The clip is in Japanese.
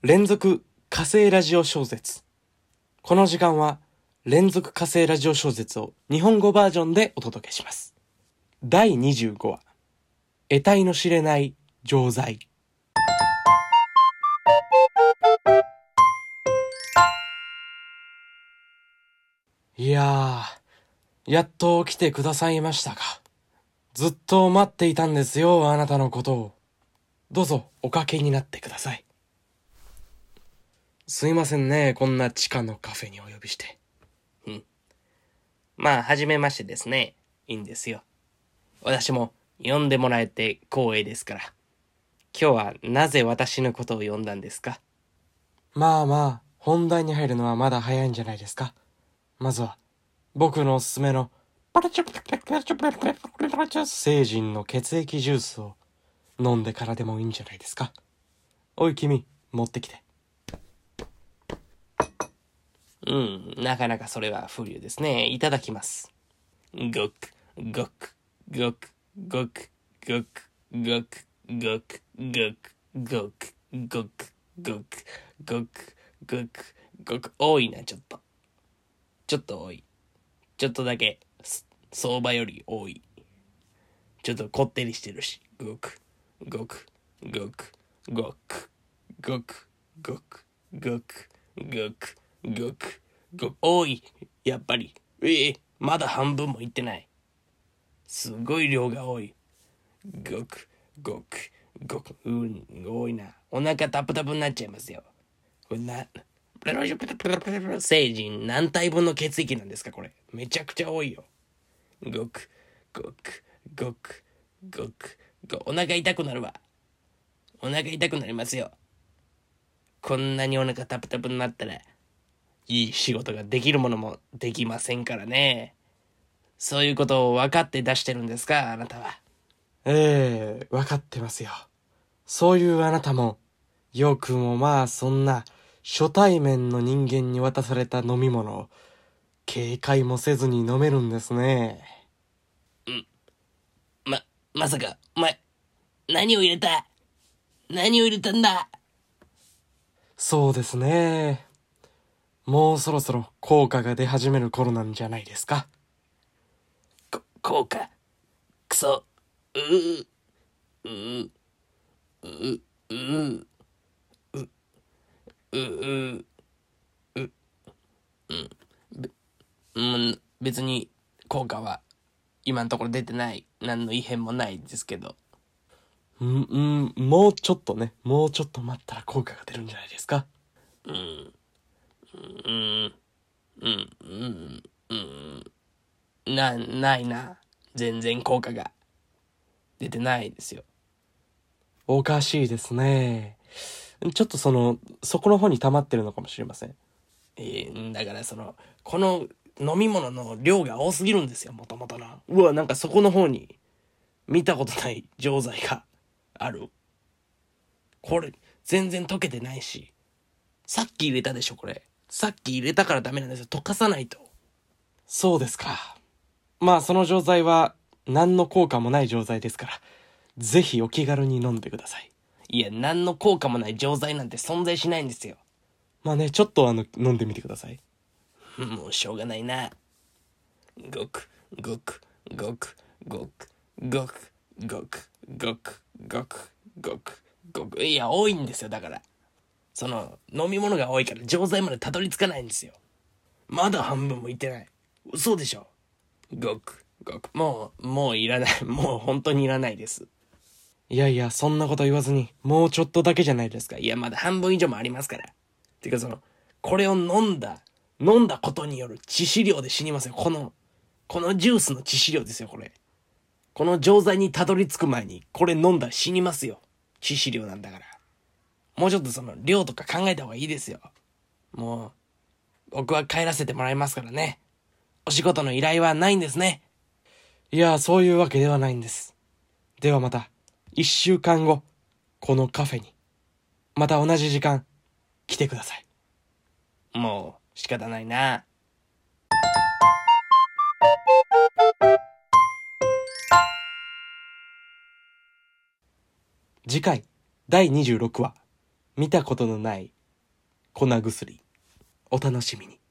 連続火星ラジオ小説。この時間は連続火星ラジオ小説を日本語バージョンでお届けします。第25話、得体の知れない錠剤。いやー、やっと来てくださいましたか。ずっと待っていたんですよ、あなたのことを。どうぞおかけになってください。すいませんね、こんな地下のカフェにお呼びして。 まあ、はじめましてですね。いいんですよ。私も呼んでもらえて光栄ですから。今日はなぜ私のことを呼んだんですか？ まあ、本題に入るのはまだ早いんじゃないですか。まずは、僕のおすすめの、成人の血液ジュースを飲んでからでもいいんじゃないですか。おい君、持ってきて。 なかなかそれは風流ですね。いただきます。ごく、ごく、ごく、ごく、ごく、ごく、ごく、ごく、ごく、ごく、ごく、ごく、ごく、ごく、多いな、ちょっと。ちょっと多い。ちょっとだけ、相場より多い。ちょっとこってりしてるし。ごく、ごく、ごく、ごく、ごく、ごく、ごく、ごく、ごく、ごく、多い。やっぱり。まだ半分もいってない。すごい量が多い。ごく、ごく、ごく、多いな。お腹タプタプになっちゃいますよ。これ成人何体分の血液なんですかこれ。めちゃくちゃ多いよ。ごく、ごく、ごく、ごく、お腹痛くなるわ。お腹痛くなりますよ。こんなにお腹タプタプになったら、いい仕事ができるものもできませんからね。そういうことを分かって出してるんですか、あなたは。 わかってますよ。そういうあなたも、よくもまあそんな初対面の人間に渡された飲み物を警戒もせずに飲めるんですね。 まさか、お前、何を入れたんだ？ そうですね。もうそろそろ効果が出始める頃なんじゃないですか。 効果。くそ。別に効果は今のところ出てない。何の異変もないですけど。 もうちょっとね、もうちょっと待ったら効果が出るんじゃないですか。 ないな。全然効果が出てないですよ。 おかしいですね。ちょっとそこの方に溜まってるのかもしれません。 だからこの飲み物の量が多すぎるんですよ、もともとな。うわ、なんかそこの方に見たことない錠剤がある。これ、全然溶けてないし。さっき入れたでしょ、これ。さっき入れたからダメなんですよ。溶かさないと。 そうですか。まあその錠剤は何の効果もない錠剤ですから、ぜひお気軽に飲んでください。 いや、何の効果もない錠剤なんて存在しないんですよ。 まあね、ちょっと飲んでみてください。 もうしょうがないな。ごく、ごく、ごく、ごく、ごく、ごく、ごく、ごく、ごく、ごく。いや、多いんですよ、だから。飲み物が多いから錠剤までたどり着かないんですよ。まだ半分もいってない。嘘でしょ。ごく、ごく。もういらない。もう本当にいらないです。 いや、そんなこと言わずに、もうちょっとだけじゃないですか。 いや、まだ半分以上もありますから。てかこれを飲んだことによる致死量で死にますよ。このジュースの致死量ですよ、これ。この錠剤にたどり着く前に、これ飲んだら死にますよ。致死量なんだから。もうちょっと量とか考えた方がいいですよ。もう、僕は帰らせてもらいますからね。お仕事の依頼はないんですね。 いや、そういうわけではないんです。ではまた、1週間後、このカフェに、また同じ時間、来てください。 もう、仕方ないな。 次回、第26話、見たことのない粉薬。お楽しみに。